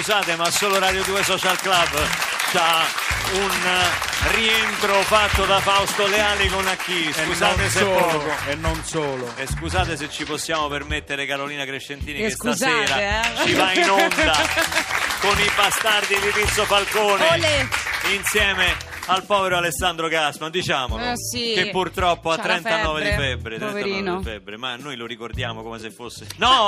scusate, ma solo Radio 2 Social Club c'ha un rientro fatto da Fausto Leali con Acchi. Scusate se solo, poco. e non solo. E scusate se ci possiamo permettere Carolina Crescentini che scusate, stasera ci va in onda con i bastardi di Pizzo Falcone. Olè. Insieme al povero Alessandro Gassman, diciamolo, sì. che purtroppo ha C'ha la 39 di febbre, febbre, 39 poverino. di febbre, ma noi lo ricordiamo come se fosse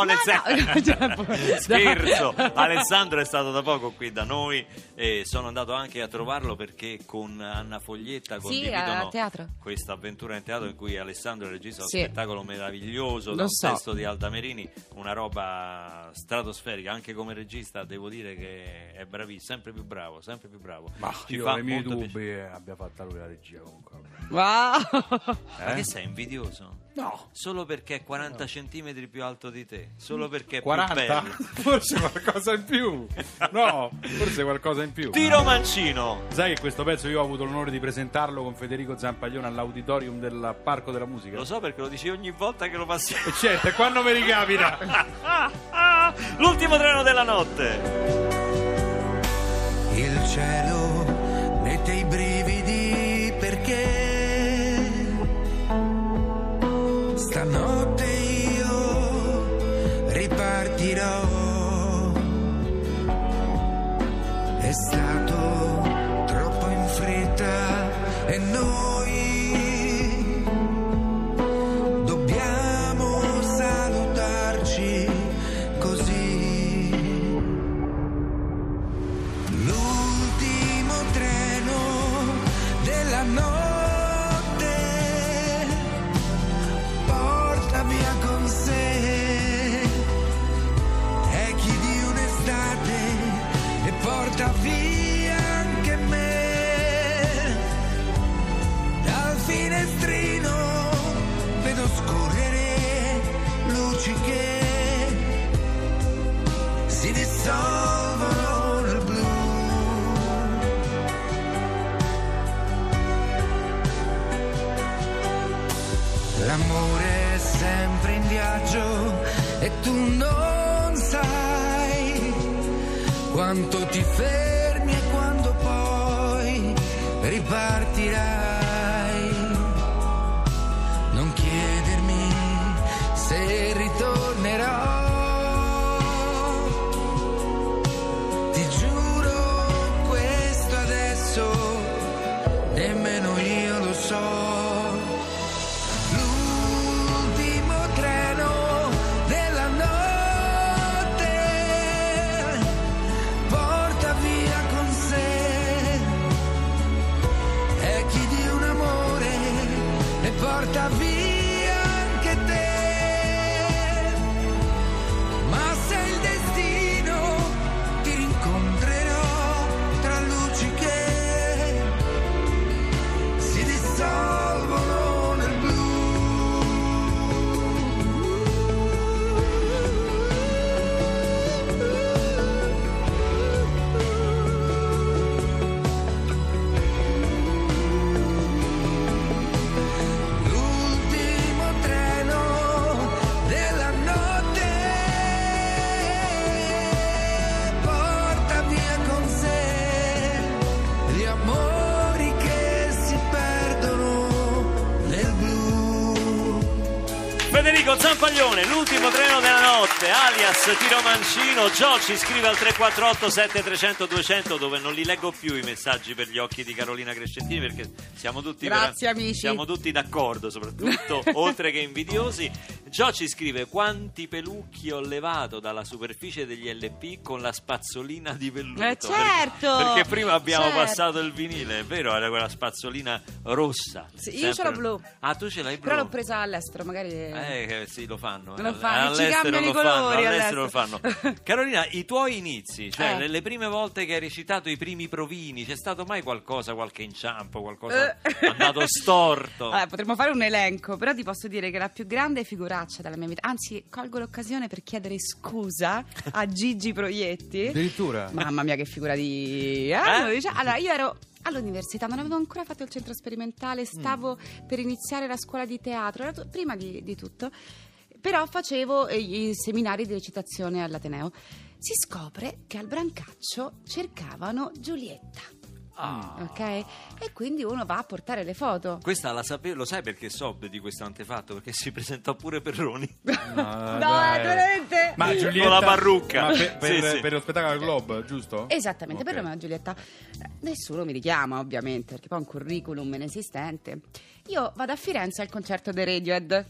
scherzo. Alessandro è stato da poco qui da noi e sono andato anche a trovarlo perché con Anna Foglietta condividono a teatro. questa avventura in teatro in cui Alessandro registra un Sì. spettacolo meraviglioso da Lo un so. testo di Alda Merini, una roba stratosferica. Anche come regista devo dire che è bravissimo, sempre più bravo. Ma Ci io fa ho i miei molto dubbi abbia fatta lui la regia comunque. Wow. Ma che sei invidioso? No. Solo perché è 40 centimetri più alto di te, solo perché è 40? più bello. Forse qualcosa in più. No, forse qualcosa in più. Tiro Mancino. Sai che questo pezzo io ho avuto l'onore di presentarlo con Federico Zampaglione all'Auditorium del Parco della Musica. Lo so perché lo dici ogni volta che lo passiamo. E certo, e quando mi ricapita? L'ultimo treno della notte. Il cielo mette i brividi perché stanotte io ripartirò. È stato troppo in fretta e noi dobbiamo salutarci così. L'ultimo treno della notte porta via con sé echi di un'estate e porta via anche me. Dal finestrino vedo scorrere luci che si dissolvono nel blu. L'amore è sempre in viaggio e tu non sai quanto ti fermi e quando poi ripartirai. Non chiedermi se ritornerò. Ti giuro questo adesso nemmeno io lo so. L'ultimo treno della notte porta via con sé echi di un amore e porta via anche te. Ma se il destino ti rincontrerò tra luci che si dissolvono nel blu. L'ultimo treno della notte porta via con sé gli amori che si perdono nel blu. Federico Zampaglione, l'ultimo treno della notte, alias Tiro Mancino. Gio ci scrive al 348 7300 200, dove non li leggo più i messaggi per gli occhi di Carolina Crescentini, perché siamo tutti Grazie, amici. siamo tutti d'accordo, soprattutto oltre che invidiosi. Gio ci scrive: quanti pelucchi ho levato dalla superficie degli LP con la spazzolina di velluto. Certo, perché prima abbiamo certo. passato il vinile, è vero, era quella spazzolina rossa. Sì, io ce l'ho blu. Ah, tu ce l'hai blu? Però l'ho presa all'estero, magari. Sì, lo fanno. Lo fanno, ci All'estero cambiano lo i colori fanno, all'estero lo fanno. all'estero. Carolina, i tuoi inizi, cioè Eh. le prime volte che hai recitato i primi provini, c'è stato mai qualcosa, qualche inciampo, qualcosa andato storto? Allora, potremmo fare un elenco, però ti posso dire che la più grande figuraccia della mia vita, anzi colgo l'occasione per chiedere scusa a Gigi Proietti. Addirittura? Mamma mia, che figura di... Allora, io ero all'università, non avevo ancora fatto il centro sperimentale, stavo per iniziare la scuola di teatro, era prima di tutto. però facevo i seminari di recitazione all'Ateneo. Si scopre che al Brancaccio cercavano Giulietta. Ok? E quindi uno va a portare le foto. Questa la sapevo, lo sai perché so di questo antefatto? Perché si presentò pure Perroni. No, veramente. Ma Giulietta, con la parrucca. ma per Sì. per lo spettacolo al Globe, giusto? Esattamente, Ok. per Romeo e Giulietta. Nessuno mi richiama, ovviamente, perché poi è un curriculum inesistente. Io vado a Firenze al concerto dei Radiohead.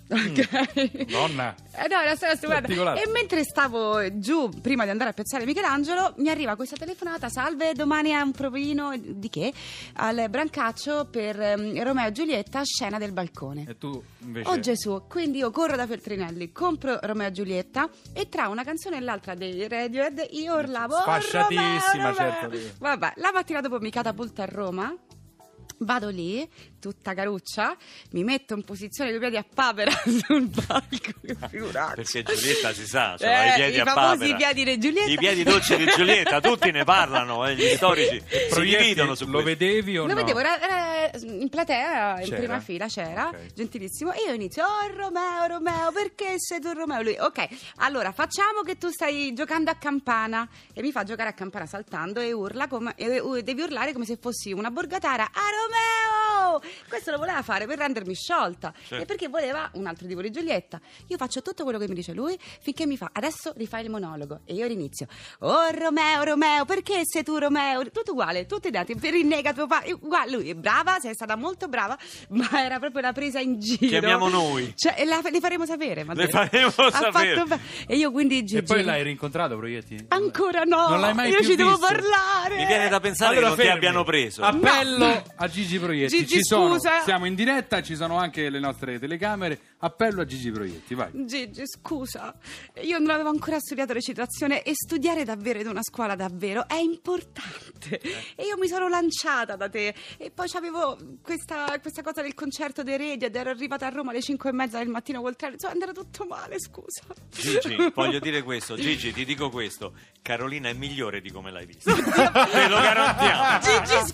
Ok? Donna. No, è una storia stupenda. Particolare. E mentre stavo giù, prima di andare a piazzare Michelangelo, mi arriva questa telefonata: salve, domani è un provino di che? Al Brancaccio per Romeo e Giulietta, scena del balcone. E tu invece... Oh Gesù, quindi io corro da Feltrinelli, compro Romeo e Giulietta e tra una canzone e l'altra dei Radiohead io urlavo "Oh, Sfasciatissima, Romeo, Romeo!" certo. Vabbè, la mattina dopo mi catapulta a Roma. Vado lì, tutta caruccia, mi metto in posizione con i piedi a papera sul palco, figurati. Perché Giulietta si sa, cioè, i piedi i a famosi papera. piedi di Giulietta. I piedi dolci di Giulietta, tutti ne parlano, gli storici si Proietti, dividono su lo questo. vedevi o Lo no? vedevo, era in platea, in C'era? prima fila c'era, Ok. gentilissimo. E io inizio: oh Romeo, Romeo, perché sei tu Romeo? Lui: ok, allora facciamo che tu stai giocando a campana. E mi fa giocare a campana saltando e urla devi urlare come se fossi una borgatara: a Romeo! Questo lo voleva fare per rendermi sciolta, Certo. e perché voleva un altro tipo di Giulietta. Io faccio tutto quello che mi dice lui finché mi fa: adesso rifai il monologo. E io rinizio: oh Romeo, Romeo, perché sei tu Romeo? Tutto uguale, tutti i dati, rinnega tuo uguale. Lui è brava, sei stata molto brava, ma era proprio la presa in giro. Chiamiamo noi. Cioè, le faremo sapere. m'ha Le detto. faremo Ha sapere. fatto e io quindi E Gigi, poi l'hai rincontrato, Proietti? ancora no. Non l'hai mai io più ci devo visto? parlare. Mi viene da pensare Allora, che non ti fermi. abbiano preso. Appello a Gigi Proietti. Gigi, ci sono, scusa. siamo in diretta, ci sono anche le nostre telecamere. Appello a Gigi Proietti, vai. Gigi, scusa, io non avevo ancora studiato recitazione e studiare davvero in una scuola davvero è importante. E io mi sono lanciata da te e poi c'avevo questa cosa del concerto dei Radiohead, ero arrivata a Roma alle 5:30 del mattino col treno, insomma, è andato tutto male, scusa. Gigi, voglio dire questo, Gigi, ti dico questo: Carolina è migliore di come l'hai vista. Te lo garantiamo. Gigi,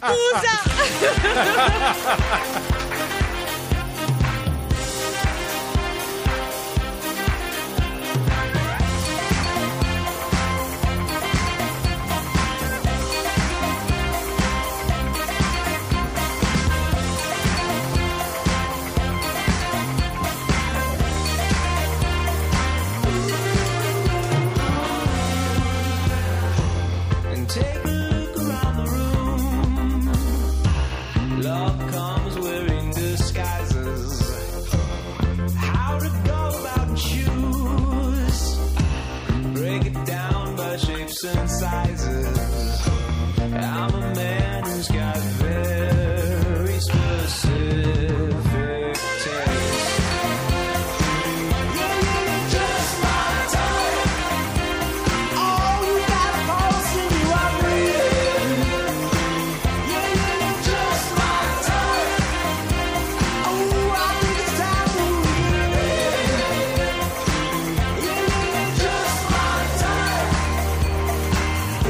scusa! And take a look around the room. Love comes wearing disguises. How to go about and choose. Break it down by shapes and sizes. I'm a man who's got very specific taste. Yeah, you're just my type. Oh, you got a pulse in you, I breathe. Yeah, you're just my type. Oh, I think it's time to leave. Yeah, you're just my type.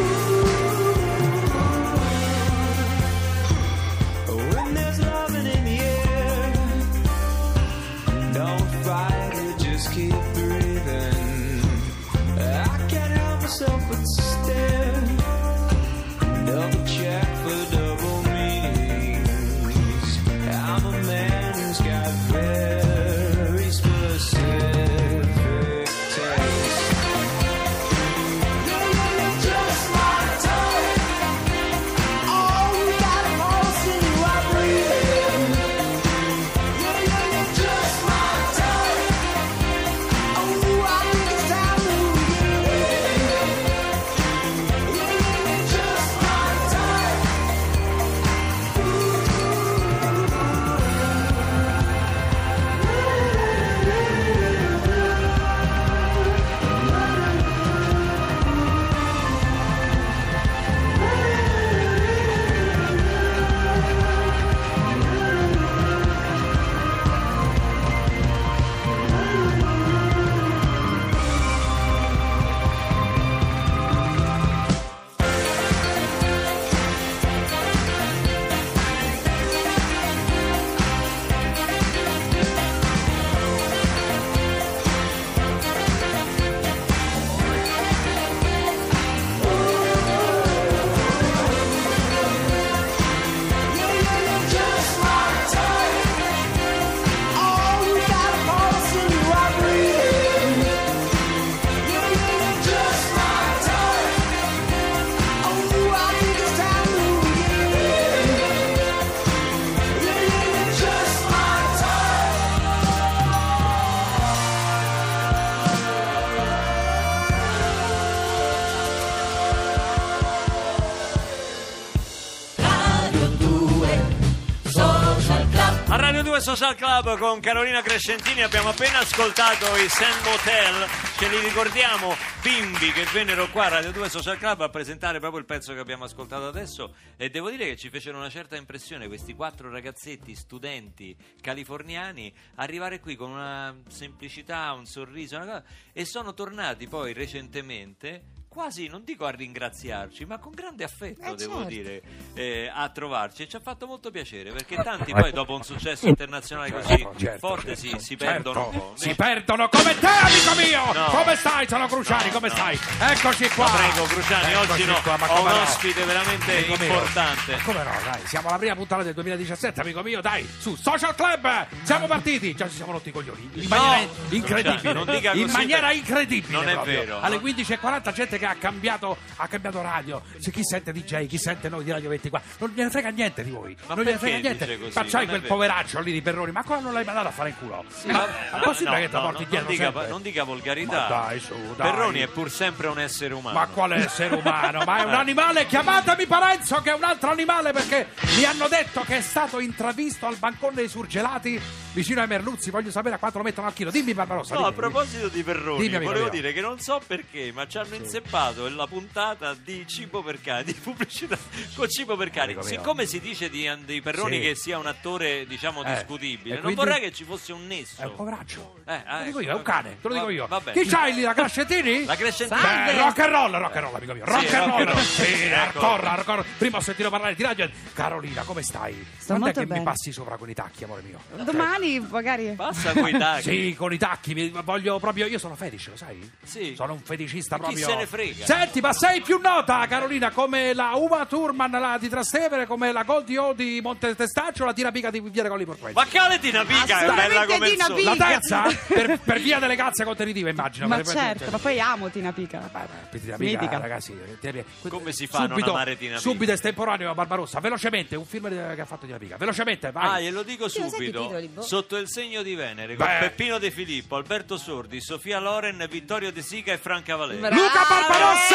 A Radio 2 Social Club con Carolina Crescentini abbiamo appena ascoltato i Sand Motel, ce li ricordiamo, bimbi che vennero qua a Radio 2 Social Club a presentare proprio il pezzo che abbiamo ascoltato adesso, e devo dire che ci fecero una certa impressione questi 4 ragazzetti studenti californiani arrivare qui con una semplicità, un sorriso, una cosa, e sono tornati poi recentemente quasi, non dico a ringraziarci, ma con grande affetto, devo dire, a trovarci, e ci ha fatto molto piacere, perché tanti poi dopo un successo internazionale così forte si perdono un po'. Si perdono come te, amico mio. No. Come stai? Sono Cruciani, come stai? Eccoci qua. Ma prego, Cruciani, oggi no, qua, ma ho un come no? ospite veramente Amico mio. importante. Ma come no, dai, siamo alla prima puntata del 2017, amico mio, dai, su Social Club, siamo partiti, già ci siamo rotti i coglioni, in maniera incredibile, non dica in così, maniera perché incredibile non è proprio. vero. Alle 15:40 gente che ha cambiato radio, se chi sente DJ, chi sente noi di Radio 24, non gliene frega niente di voi, Ma non gliene perché frega niente, dice così? ma c'hai Non è quel vero. poveraccio lì di Perroni, ma qua non l'hai mandato a fare in culo, ma è possibile che ti porti dietro sempre? Non dica volgarità. Ma dai, su, dai. Perroni è pur sempre un essere umano. Ma quale essere umano? Ma è un animale? Chiamatemi Parenzo, che è un altro animale, perché mi hanno detto che è stato intravisto al bancone dei surgelati vicino ai Merluzzi. Voglio sapere a quanto lo mettono al chilo. Dimmi, Barbarossa. No, dimmi. a proposito di Perroni, Dimmi, amico volevo mio. dire che non so perché, ma ci hanno inzeppato la puntata di cibo per cani, di pubblicità con cibo per cani. Amico mio. Siccome si dice di Perroni Sì. che sia un attore, diciamo, E discutibile, non quindi? vorrei che ci fosse un nesso. È un poveraccio. Te Te lo dico io, è un cane, te lo dico io. Vabbè. Chi c'hai lì, la Crescentini? La Crescentini. Rock and roll, amico mio. Rock and roll. Sì, Ecco. hardcore. Prima ho sentito parlare di radio. Carolina, come stai? Sto Quando è molto che bene. mi passi sopra con i tacchi, amore mio? Domani magari. Passa coi tagli. Sì, con i tacchi, voglio proprio. Io sono fetish, lo sai? Sì. Sono un feticista Ma chi proprio. se ne frega? Senti, ma sei più nota, Carolina, come la Uma Thurman la di Trastevere, come la Goldie O di Monte Testaccio, la Tina Pica di Viale Colli Portuensi? Ma quale Tina Pica, è Assolutamente bella come il Tina sole. La Pica. terza? Per via delle cazze contenitive, immagino. Ma Per- certo, ma poi amo Tina Pica. Tina Pica, Mitica. ragazzi, Come si fa a non amare Tina Pica? Subito estemporaneo a Barbarossa, velocemente, un film che ha fatto Tina Pica, velocemente, Ah, vai. glielo dico Sì, lo sai che subito. titoli, boh? Sotto il segno di Venere, con Beh. Peppino De Filippo, Alberto Sordi, Sofia Loren, Vittorio De Sica e Franca Valeri. Bravo. Luca Barbarossa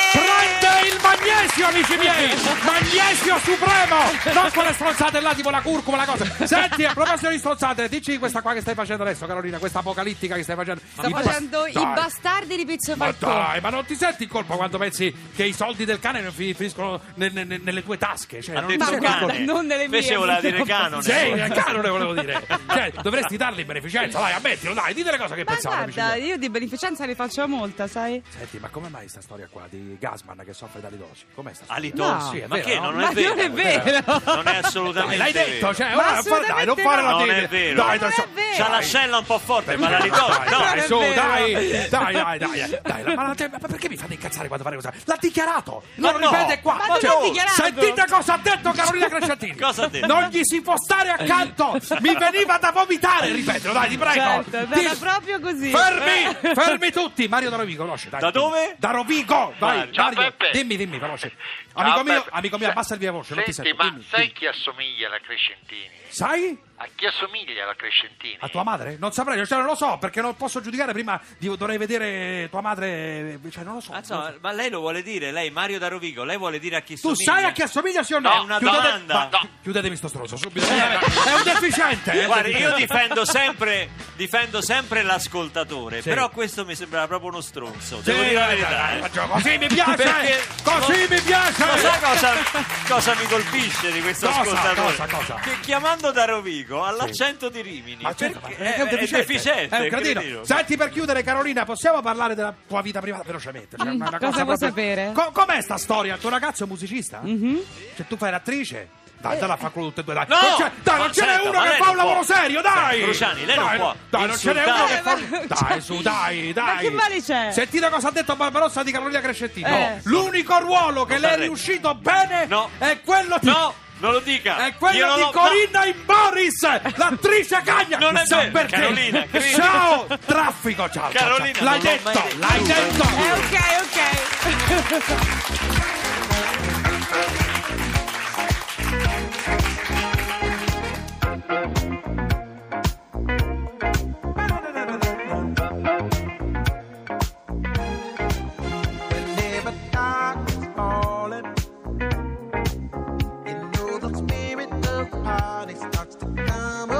prende il magnesio, amici miei, magnesio supremo, non quelle stronzate là tipo la curcuma, la cosa. Senti, a proposito di stronzate, dici questa qua che stai facendo adesso, Carolina, questa apocalittica che stai facendo. Sto facendo i Dai. bastardi di Pizzo Ma Falcone. dai, ma non ti senti in colpa quando pensi che i soldi del cane non finiscono nelle tue tasche? Cioè, Ha non ti detto senti in colpa? cane. non nelle mie, Invece voleva dire purtroppo. canone. Sì, è canone volevo dire. Cioè, dovresti dargli beneficenza, dai, ammettilo, dai, dite le cose che Ma pensate. amici guarda, miei. io di beneficenza ne faccio molta, sai? Senti, ma come mai sta storia qua di Gasman che soffre da litosi? Com'è sta storia? Alitosi? No. Sì, è Ma vero, che? no? Non Ma è vero. non è vero. Non è assolutamente Dai, l'hai detto, vero. cioè, Ma ora, dai, non assolutamente fare no. la Non tira. è vero. Dai, Non dai, è vero. C'ha l'ascella un po' forte, ma la litosi. Dai, No, dai, è su, vero. dai, ma perché mi fate incazzare quando fare cosa? L'ha dichiarato, Ma lo no. ripete qua. Ma non l'ha dichiarato. Sentite cosa ha detto Carolina Crescentini. Cosa ha detto? Non gli si può stare accanto, mi veniva da vomitare, ripetelo, dai, ti prego. Certo, è andata proprio così. Fermi tutti. Mario da Rovigo, veloce, dai. Da dove? Da Rovigo, vai. Ciao, Mario, Peppe. dimmi, veloce. Ciao, Amico mio, abbassa il via voce, non ti Senti, sento. ma Dimmi, sai dimmi. chi assomiglia alla Crescentini? Sai? A chi assomiglia alla Crescentini? A tua madre? Non saprei, cioè non lo so, perché non posso giudicare prima, dovrei vedere tua madre, cioè non lo so. Ah, insomma, ma lei lo vuole dire, lei Mario da Rovigo, lei vuole dire a chi Tu somiglia? sai a chi assomiglia, sì o no? È una domanda. ma- No. Chiudetemi sto stronzo, subito. È un deficiente. è un Guarda, io deficiente. difendo sempre l'ascoltatore, Sì. però questo mi sembrava proprio uno stronzo. Sì, Devo dire la dai, verità. dai, così mi piace, Perché- così mi piace. Lo sai cosa mi colpisce di questo Cosa? ascoltatore? Cosa? Che chiamando da Rovigo ha l'accento di Rimini. Ma certo, ma perché perché è un deficiente, è un cretino. cretino. Senti, per chiudere, Carolina, possiamo parlare della tua vita privata velocemente? Cioè, una cosa vuoi sapere? Com'è sta storia? Il tuo ragazzo è musicista? Cioè, tu fai l'attrice? Dai, dalla fa quello tutte e due, dai. No! Dai, non Ma ce n'è senta, uno ma che lei fa un non lavoro può. serio, dai! Cruciani, lei non Dai, può Dai, non ce n'è uno che fa... insultare. Dai, su, dai. Ma che male c'è? Sentite cosa ha detto Barbarossa di Carolina Crescentini. Eh. L'unico ruolo che Non le è arrendi. riuscito bene No. è quello di... No, non lo dica. È Io quello non di lo- Corinna in Boris, l'attrice cagna. Non è Sa vero, perché? Carolina, credi- Ciao, traffico, ciao. Carolina, ciao. L'hai non l'ho detto, mai l'hai detto. Ok. Whenever dark is falling, you know the spirit of the party starts to come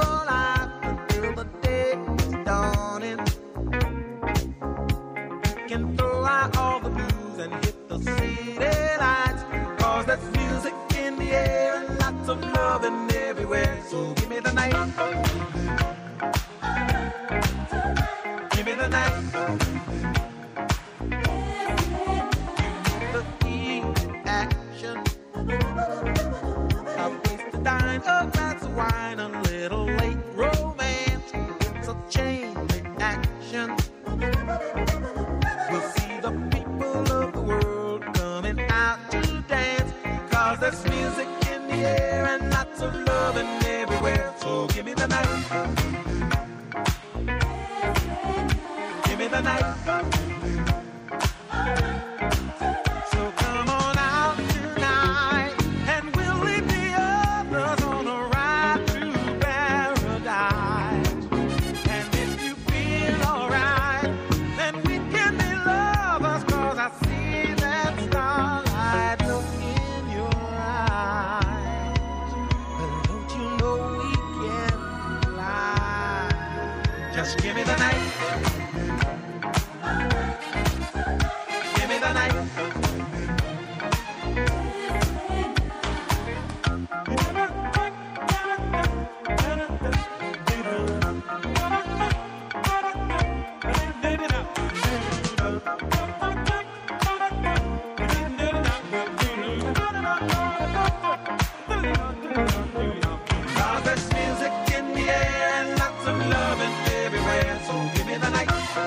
loving everywhere. So give me the night. Give me the night. The heat, action. A place to dine, a glass of wine, a little late romance. It's a chain reaction. We'll see the people of the world coming out to dance. 'Cause there's music in the air and lots of loving everywhere. So give me the night. Give me the night. So come on out tonight and we'll leave the others on a ride through paradise. And if you feel alright, then we can be lovers. 'Cause I see that starlight look in your eyes. But don't you know we can fly? Just give me the night. Give me the night. Cause there's music in the air and lots of loving everywhere. So give me the night.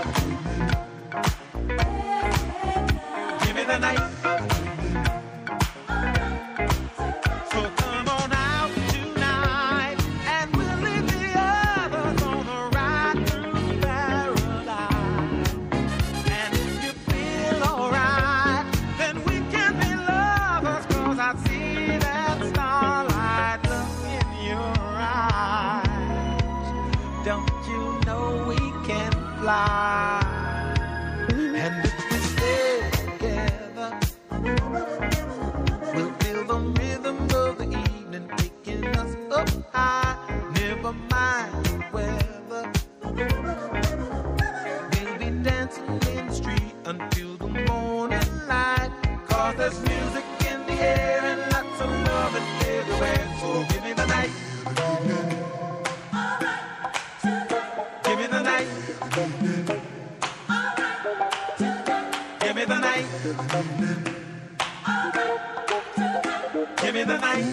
Give me the night. So come on out tonight and we'll leave the others on a ride through paradise. And if you feel alright, then we can be lovers. 'Cause I see that starlight look in your eyes. Don't you know we can fly? And if we stay together, we'll feel the rhythm of the evening taking us up high. Never mind the weather. We'll be dancing in the street until the morning light. 'Cause there's music in the air and lots of loving everywhere. So give me the night. Give me the night. Give me the night. Give me the night.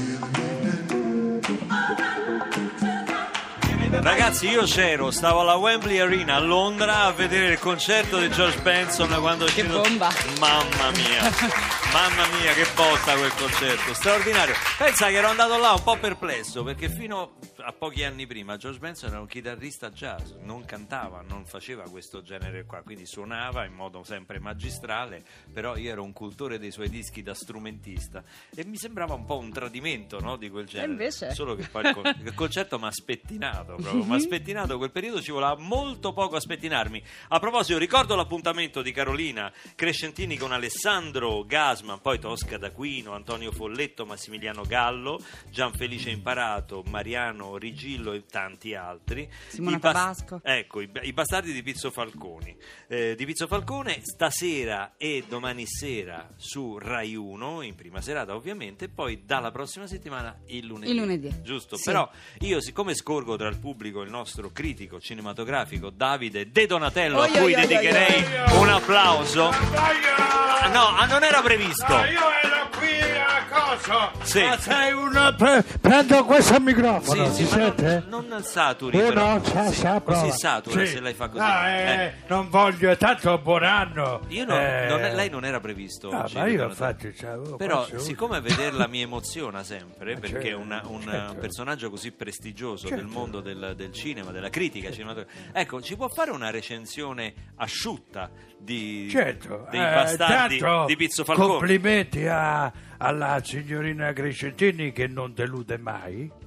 Give me the night. Ragazzi, io stavo alla Wembley Arena a Londra a vedere il concerto di George Benson quando è Che uscito. bomba. Mamma mia, che botta quel concerto, straordinario. Pensa che ero andato là un po' perplesso perché fino a pochi anni prima George Benson era un chitarrista jazz, non cantava, non faceva questo genere qua, quindi suonava in modo sempre magistrale, però io ero un cultore dei suoi dischi da strumentista e mi sembrava un po' un tradimento, no, di quel genere. invece? Solo che poi il concerto mi ha spettinato proprio, mi ha spettinato, quel periodo ci voleva molto poco a spettinarmi. A proposito, ricordo l'appuntamento di Carolina Crescentini con Alessandro Gasman, poi Tosca d'Aquino, Antonio Folletto, Massimiliano Gallo, Gianfelice Imparato, Mariano Rigillo e tanti altri. Simona Tabasco. Ecco, i bastardi di Pizzo Falcone. Di Pizzo Falcone stasera e domani sera su Rai 1 in prima serata ovviamente, poi dalla prossima settimana il lunedì. Il lunedì. Giusto, Sì. però io siccome scorgo tra il pubblico il nostro critico cinematografico Davide De Donatello, a cui dedicherei un applauso. No, non era previsto. Io ero qui a cosa? Sì. Ma sei un... prendo questo microfono, Sì, si ma sente? non saturi, Oh, però. no, sa, così prova. satura Sì. se lei fa così. Non voglio, tanto buon anno. Io lei non era previsto oggi, ma io Donatello. infatti c'avevo Però quasi siccome a vederla mi emoziona sempre, Ma perché certo, un certo. personaggio così prestigioso Certo. del mondo del cinema, della critica cinematografica, ecco, ci può fare una recensione asciutta dei Certo, bastardi tanto di Pizzo Falcone? complimenti alla signorina Crescentini che non delude mai.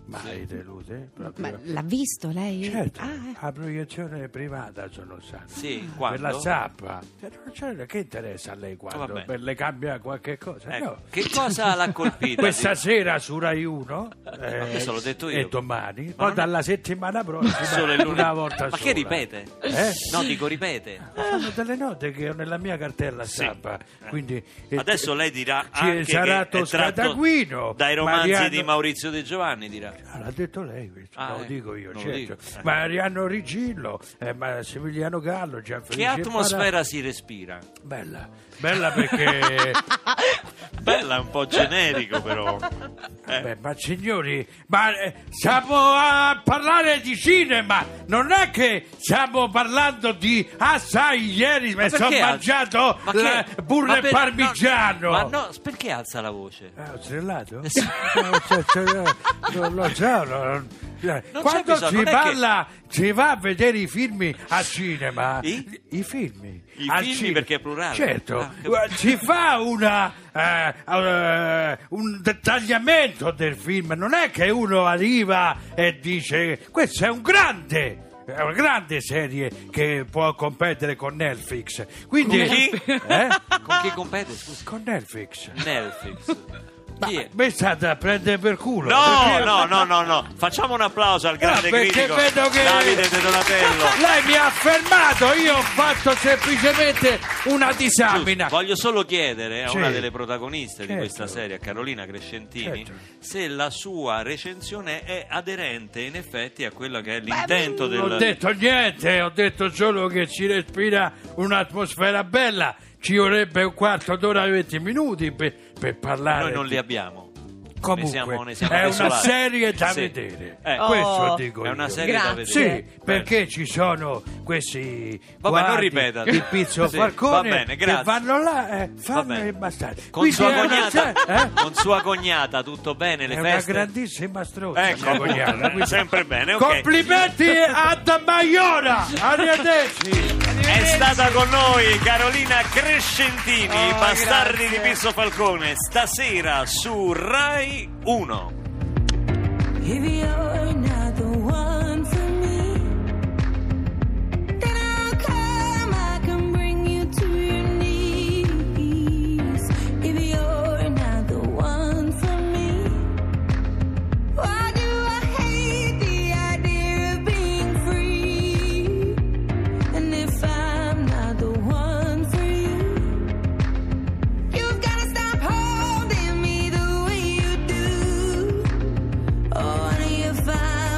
Mai delude? Ma Proprio. l'ha visto lei? Certo, Ah, la proiezione privata sono stato. Sì, quando? Per la zappa. Non c'è, che interessa a lei quando? Vabbè. Per le cambia qualche cosa? Ecco, No. che cosa l'ha colpita? Questa sera su Rai 1 questo l'ho detto io. e domani, Ma poi non è- dalla settimana prossima Solo il lunedì. una volta Ma sola. che ripete? No, dico ripete. Sono delle note che ho nella mia cartella stampa, quindi Adesso lei dirà ci anche sarà che è Tosca tratto D'Aquino, dai romanzi Mariano- di Maurizio De Giovanni, dirà. Ah, l'ha detto lei questo, Ah, non lo dico io, non lo certo. dico. Mariano Rigillo, Massimiliano Gallo, Gianfelice Che atmosfera Parà. si respira? Bella perché Bella, un po' generico però. beh, ma signori, stiamo a parlare di cinema, non è che stiamo parlando di assai ieri mi sono perché mangiato Ma che- burro ma e per- parmigiano. Ma no, perché alza la voce? Ho strillato? Sì. Non lo so. c'è Quando bisogno, si non è parla, si va a vedere i film al cinema. I film. I al film cinema. perché è plurale. Certo, Ah, capito. si fa un dettagliamento del film. Non è che uno arriva e dice questo è un grande. È una grande serie che può competere con Netflix. Quindi, Con chi? Eh? Con chi compete, scusi? Con Netflix. Netflix. Chi è? Mi state a prendere per culo. No, perché- no. Facciamo un applauso al grande perché critico vedo che Davide De Donatello. lei mi ha fermato, io ho fatto semplicemente una disamina. Giusto, voglio solo chiedere a Sì. una delle protagoniste di Certo. questa serie, a Carolina Crescentini, Certo. se la sua recensione è aderente in effetti a quello che è l'intento Non ho del... detto niente, ho detto solo che si respira un'atmosfera bella. Ci vorrebbe un quarto d'ora e 20 minuti per parlare. Noi non di- li abbiamo. Comunque, ne siamo è una desolati. serie da Sì. vedere. Oh. Questo dico È una io. serie da Grazie. vedere. Sì, perché ci sono questi Vabbè, non guardi ripeta. di Pizzo Sì, Falcone va bene, che grazie. vanno là e Va fanno bene. i bastardi. Con Quindi sua è una cognata, serie- con sua cognata, tutto bene, le È una feste? grandissima strozza. Ecco, mia cognata, quindi- sempre bene, ok. Complimenti a Maiora! Arrivederci! È stata con noi Carolina Crescentini, Oh, Bastardi grazie. di Pizzo Falcone, stasera su Rai 1. If you're not the one for me, then I'll come, I can bring you to your knees. If you're not the one for me, why do I hate the idea of being free? And if I'm not the one for you, you've gotta stop holding me the way you do. Oh, honey, if I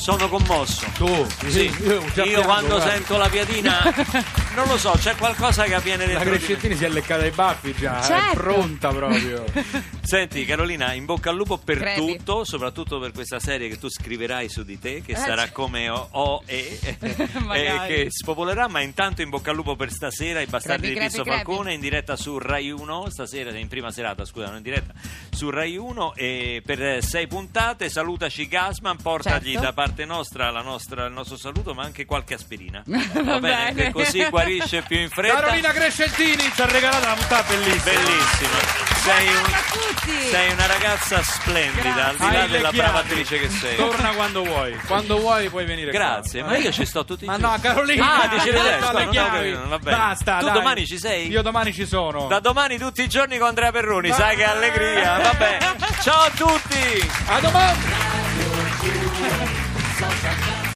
Sono commosso. Tu? Sì, già io piango, quando guarda. sento la piadina, non lo so, c'è qualcosa che avviene La dentro di me. Crescentini si è leccata i baffi già, è Certo. pronta proprio. Senti Carolina, in bocca al lupo per Crepi. tutto, soprattutto per questa serie che tu scriverai su di te, che sarà come O Magari. che spopolerà, ma intanto in bocca al lupo per stasera, i bastardi Crepi, di Pizzo crepi, Falcone in diretta su Rai 1, stasera in prima serata, scusa, non in diretta, su Rai 1 e per 6 puntate. Salutaci Gasman, portagli Certo. da parte nostra, il nostro saluto, ma anche qualche aspirina. Va bene. Che così guarisce più in fretta. Carolina Crescentini ci ha regalato una puntata bellissima. Bellissima. Sei, Buongiorno a tutti. sei una ragazza splendida, al di là Hai le della chiavi. brava attrice che sei. Torna quando vuoi. Quando vuoi puoi venire Grazie, qua. ma io ci sto tutti i Ma giorni. no, Carolina. Ah, dici adesso, Torna alle non chiavi. avevo- va bene. Basta, Tu dai. domani ci sei? Io domani ci sono. Da domani tutti i giorni con Andrea Perroni, sai che allegria. Vabbè, ciao a tutti. A domani.